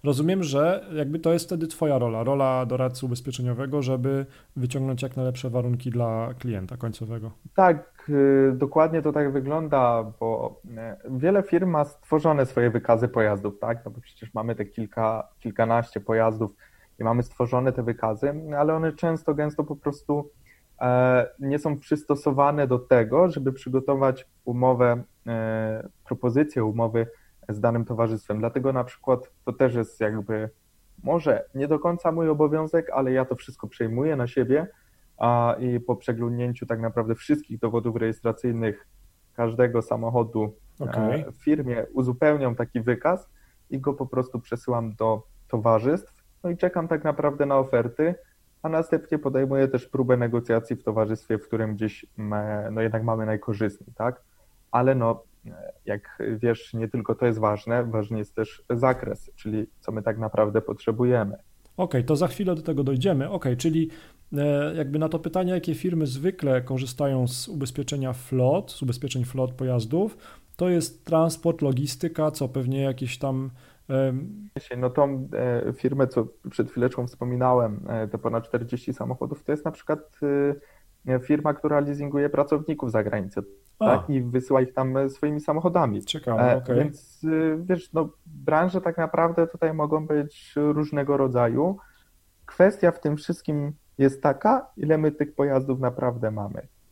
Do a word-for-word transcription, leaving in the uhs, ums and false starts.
Rozumiem, że jakby to jest wtedy twoja rola, rola doradcy ubezpieczeniowego, żeby wyciągnąć jak najlepsze warunki dla klienta końcowego. Tak, y, dokładnie to tak wygląda, bo y, wiele firm ma stworzone swoje wykazy pojazdów, tak? No bo przecież mamy te kilka, kilkanaście pojazdów i mamy stworzone te wykazy, ale one często, gęsto po prostu e, nie są przystosowane do tego, żeby przygotować umowę, e, propozycję umowy z danym towarzystwem. Dlatego na przykład to też jest jakby może nie do końca mój obowiązek, ale ja to wszystko przejmuję na siebie a i po przeglądnięciu tak naprawdę wszystkich dowodów rejestracyjnych każdego samochodu Okej. e, w firmie uzupełniam taki wykaz i go po prostu przesyłam do towarzystw. No i czekam tak naprawdę na oferty, a następnie podejmuję też próbę negocjacji w towarzystwie, w którym gdzieś me, no jednak mamy najkorzystniej, tak? Ale no, e, jak wiesz, nie tylko to jest ważne, ważny jest też zakres, czyli co my tak naprawdę potrzebujemy. Okej, to za chwilę do tego dojdziemy. Okej, czyli e, jakby na to pytanie, jakie firmy zwykle korzystają z ubezpieczenia flot, z ubezpieczeń flot pojazdów, to jest transport, logistyka, co pewnie jakieś tam. em, No tą e, firmę, co przed chwileczką wspominałem, e, te ponad czterdzieści samochodów, to jest na przykład e, firma, która leasinguje pracowników za granicę, tak? A, I wysyła ich tam e, swoimi samochodami. ciekawe, E, okej. Więc e, wiesz, no branże tak naprawdę tutaj mogą być różnego rodzaju. Kwestia w tym wszystkim jest taka, ile my tych pojazdów naprawdę mamy.